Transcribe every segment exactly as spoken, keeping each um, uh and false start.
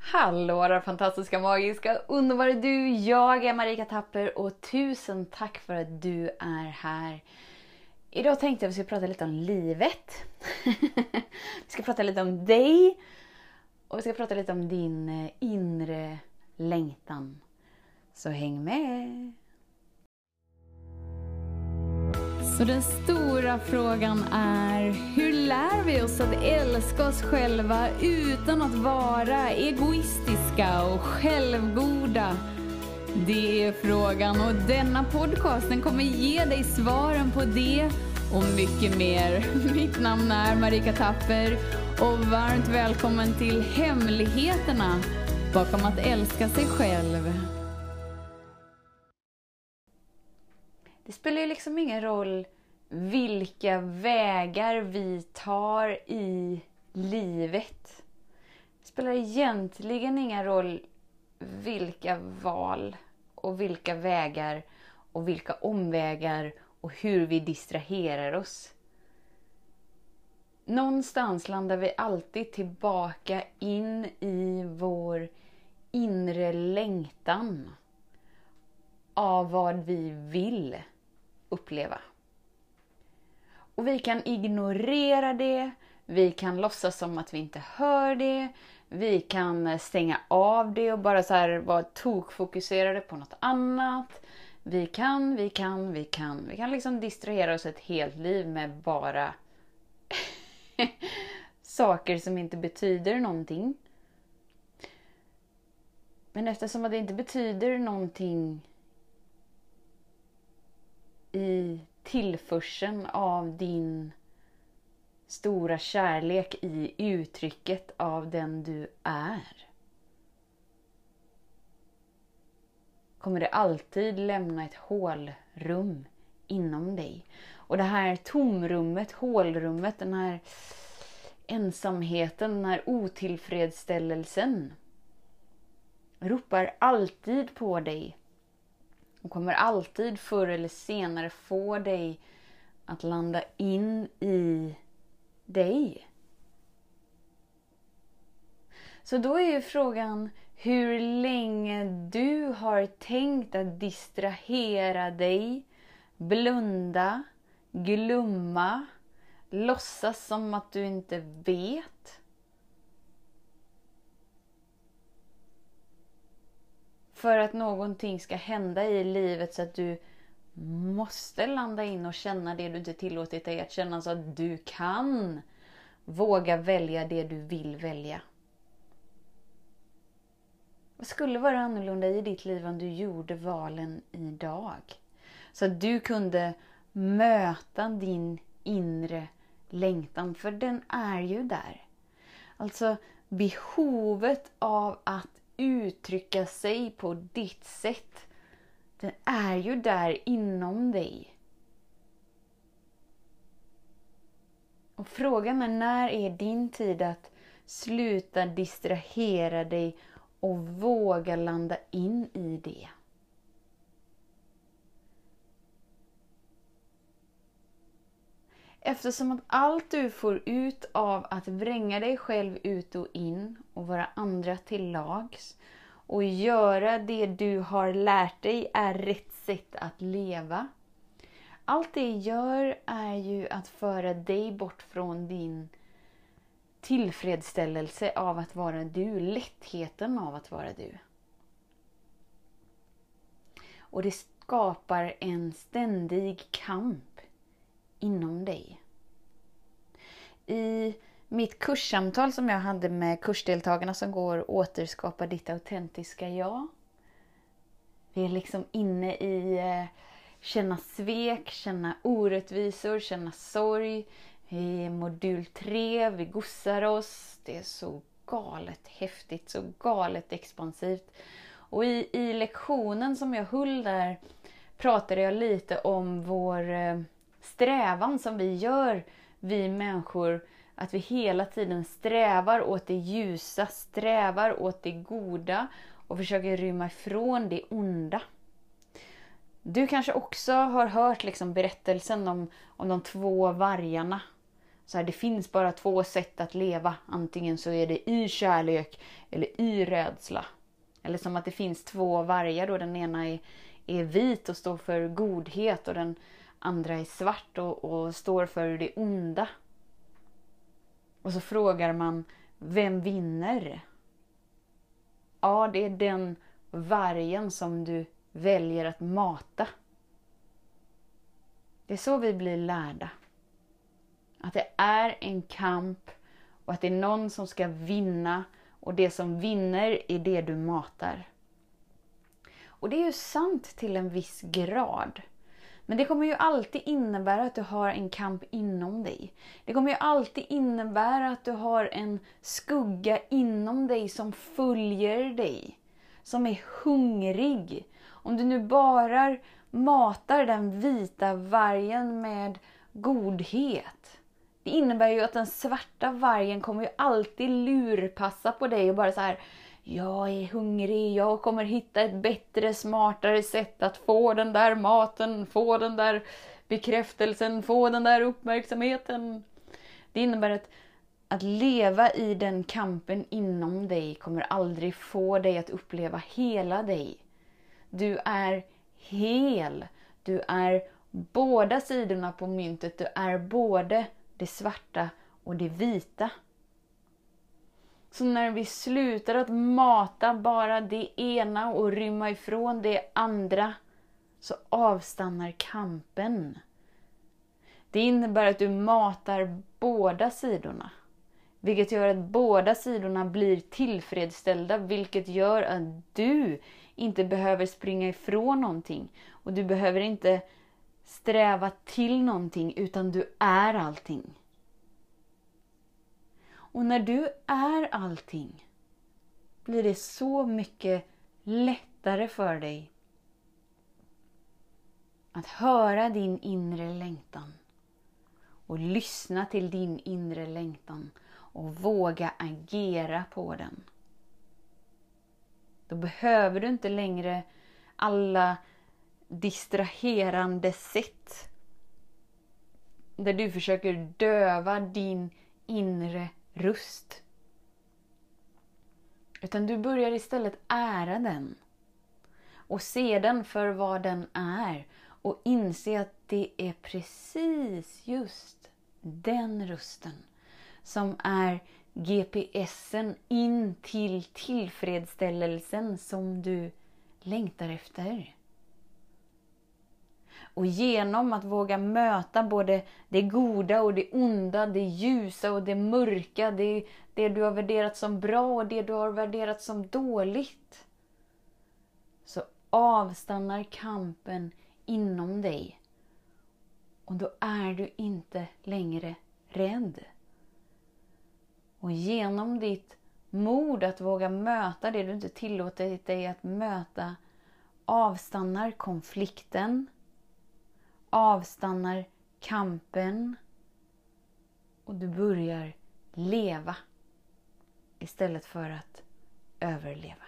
Hallå där fantastiska, magiska, underbara du! Jag är Marika Tapper och tusen tack för att du är här. Idag tänkte jag att vi ska prata lite om livet. Vi ska prata lite om dig. Och vi ska prata lite om din inre längtan. Så häng med! Så den stora frågan är, hur lär vi oss att älska oss själva utan att vara egoistiska och självgoda? Det är frågan, och denna podcasten kommer ge dig svaren på det och mycket mer. Mitt namn är Marika Tapper och varmt välkommen till hemligheterna bakom att älska sig själv. Det spelar ju liksom ingen roll vilka vägar vi tar i livet. Det spelar egentligen ingen roll vilka val och vilka vägar och vilka omvägar och hur vi distraherar oss. Någonstans landar vi alltid tillbaka in i vår inre längtan av vad vi vill uppleva. Och vi kan ignorera det, vi kan låtsas som att vi inte hör det, vi kan stänga av det och bara så här vara tokfokuserade på något annat. Vi kan, vi kan, vi kan. Vi kan liksom distrahera oss ett helt liv med bara saker som inte betyder någonting. Men eftersom det inte betyder någonting i tillförseln av din stora kärlek i uttrycket av den du är, kommer det alltid lämna ett hålrum inom dig. Och det här tomrummet, hålrummet, den här ensamheten, den här otillfredsställelsen ropar alltid på dig. Och kommer alltid förr eller senare få dig att landa in i dig. Så då är ju frågan hur länge du har tänkt att distrahera dig, blunda, glömma, låtsas som att du inte vet. För att någonting ska hända i livet så att du måste landa in och känna det du inte tillåtit dig att känna, så att du kan våga välja det du vill välja. Vad skulle vara annorlunda i ditt liv om du gjorde valen idag? Så att du kunde möta din inre längtan, för den är ju där. Alltså behovet av att uttrycka sig på ditt sätt, den är ju där inom dig. Och frågan är, när är din tid att sluta distrahera dig och våga landa in i det? Eftersom att allt du får ut av att vränga dig själv ut och in och vara andra till lags och göra det du har lärt dig är rätt sätt att leva. Allt det gör är ju att föra dig bort från din tillfredsställelse av att vara du, lättheten av att vara du. Och det skapar en ständig kamp inom dig. I mitt kurssamtal som jag hade med kursdeltagarna som går återskapa ditt autentiska jag. Vi är liksom inne i eh, känna svek, känna orättvisor, känna sorg. Vi är modul tre, vi gossar oss. Det är så galet häftigt, så galet expansivt. Och i, i lektionen som jag höll där pratade jag lite om vår eh, strävan som vi gör, vi människor. Att vi hela tiden strävar åt det ljusa, strävar åt det goda och försöker rymma ifrån det onda. Du kanske också har hört liksom berättelsen om, om de två vargarna så här, det finns bara två sätt att leva. Antingen så är det i kärlek eller i rädsla. Eller som att det finns två vargar då. Den ena är, är vit och står för godhet och den andra är svart och, och står för det onda. Och så frågar man, vem vinner? Ja, det är den vargen som du väljer att mata. Det är så vi blir lärda. Att det är en kamp och att det är någon som ska vinna. Och det som vinner är det du matar. Och det är ju sant till en viss grad. Men det kommer ju alltid innebära att du har en kamp inom dig. Det kommer ju alltid innebära att du har en skugga inom dig som följer dig. Som är hungrig. Om du nu bara matar den vita vargen med godhet. Det innebär ju att den svarta vargen kommer ju alltid lurpassa på dig och bara så här: jag är hungrig, jag kommer hitta ett bättre, smartare sätt att få den där maten, få den där bekräftelsen, få den där uppmärksamheten. Det innebär att, att leva i den kampen inom dig kommer aldrig få dig att uppleva hela dig. Du är hel, du är båda sidorna på myntet, du är både det svarta och det vita. Så när vi slutar att mata bara det ena och rymma ifrån det andra, så avstannar kampen. Det innebär att du matar båda sidorna. Vilket gör att båda sidorna blir tillfredsställda. Vilket gör att du inte behöver springa ifrån någonting. Och du behöver inte sträva till någonting, utan du är allting. Och när du är allting blir det så mycket lättare för dig att höra din inre längtan och lyssna till din inre längtan och våga agera på den. Då behöver du inte längre alla distraherande sätt där du försöker döva din inre röst. Utan du börjar istället ära den och se den för vad den är och inse att det är precis just den rösten som är G P S'en in till tillfredsställelsen som du längtar efter. Och genom att våga möta både det goda och det onda, det ljusa och det mörka, det, det du har värderat som bra och det du har värderat som dåligt, så avstannar kampen inom dig. Och då är du inte längre rädd. Och genom ditt mod att våga möta det du inte tillåter dig att möta, avstannar konflikten, avstannar kampen och du börjar leva istället för att överleva.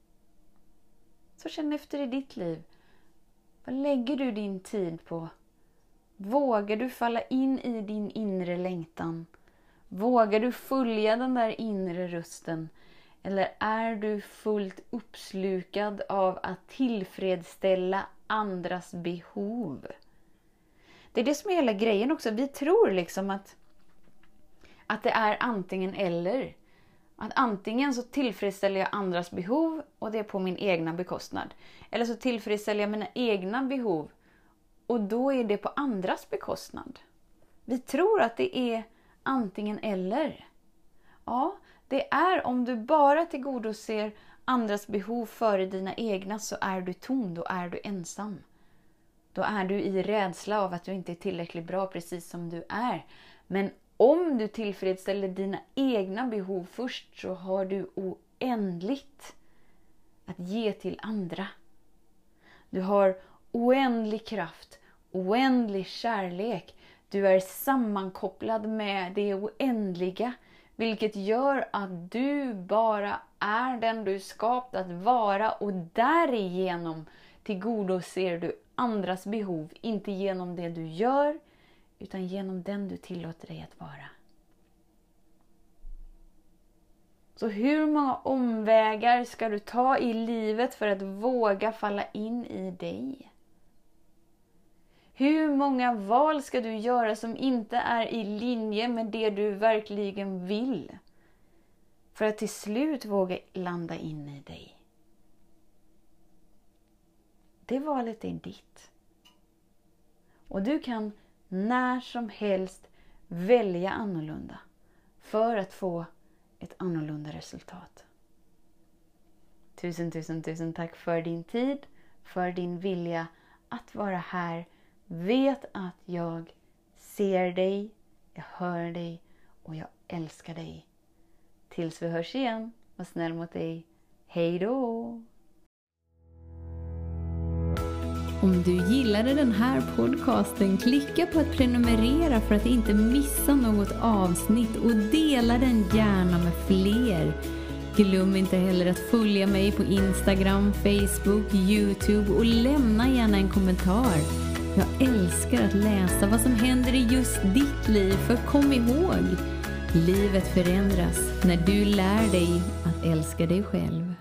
Så känn efter i ditt liv. Vad lägger du din tid på? Vågar du falla in i din inre längtan? Vågar du följa den där inre rösten? Eller är du fullt uppslukad av att tillfredsställa andras behov? Det är det som är hela grejen också. Vi tror liksom att, att det är antingen eller. Att antingen så tillfredsställer jag andras behov och det är på min egna bekostnad. Eller så tillfredsställer jag mina egna behov och då är det på andras bekostnad. Vi tror att det är antingen eller. Ja, det är om du bara tillgodoser andras behov före dina egna, så är du tom, då är du ensam. Då är du i rädsla av att du inte är tillräckligt bra precis som du är. Men om du tillfredsställer dina egna behov först, så har du oändligt att ge till andra. Du har oändlig kraft, oändlig kärlek. Du är sammankopplad med det oändliga, vilket gör att du bara är den du skapat att vara, och därigenom tillgodoser du andras behov, inte genom det du gör utan genom den du tillåter dig att vara. Så hur många omvägar ska du ta i livet för att våga falla in i dig? Hur många val ska du göra som inte är i linje med det du verkligen vill? För att till slut våga landa in i dig. Det valet är ditt. Och du kan när som helst välja annorlunda. För att få ett annorlunda resultat. Tusen, tusen, tusen tack för din tid. För din vilja att vara här. Vet att jag ser dig. Jag hör dig. Och jag älskar dig. Tills vi hörs igen. Var snäll mot dig. Hej då! Om du gillade den här podcasten, klicka på att prenumerera för att inte missa något avsnitt och dela den gärna med fler. Glöm inte heller att följa mig på Instagram, Facebook, YouTube och lämna gärna en kommentar. Jag älskar att läsa vad som händer i just ditt liv, för kom ihåg, livet förändras när du lär dig att älska dig själv.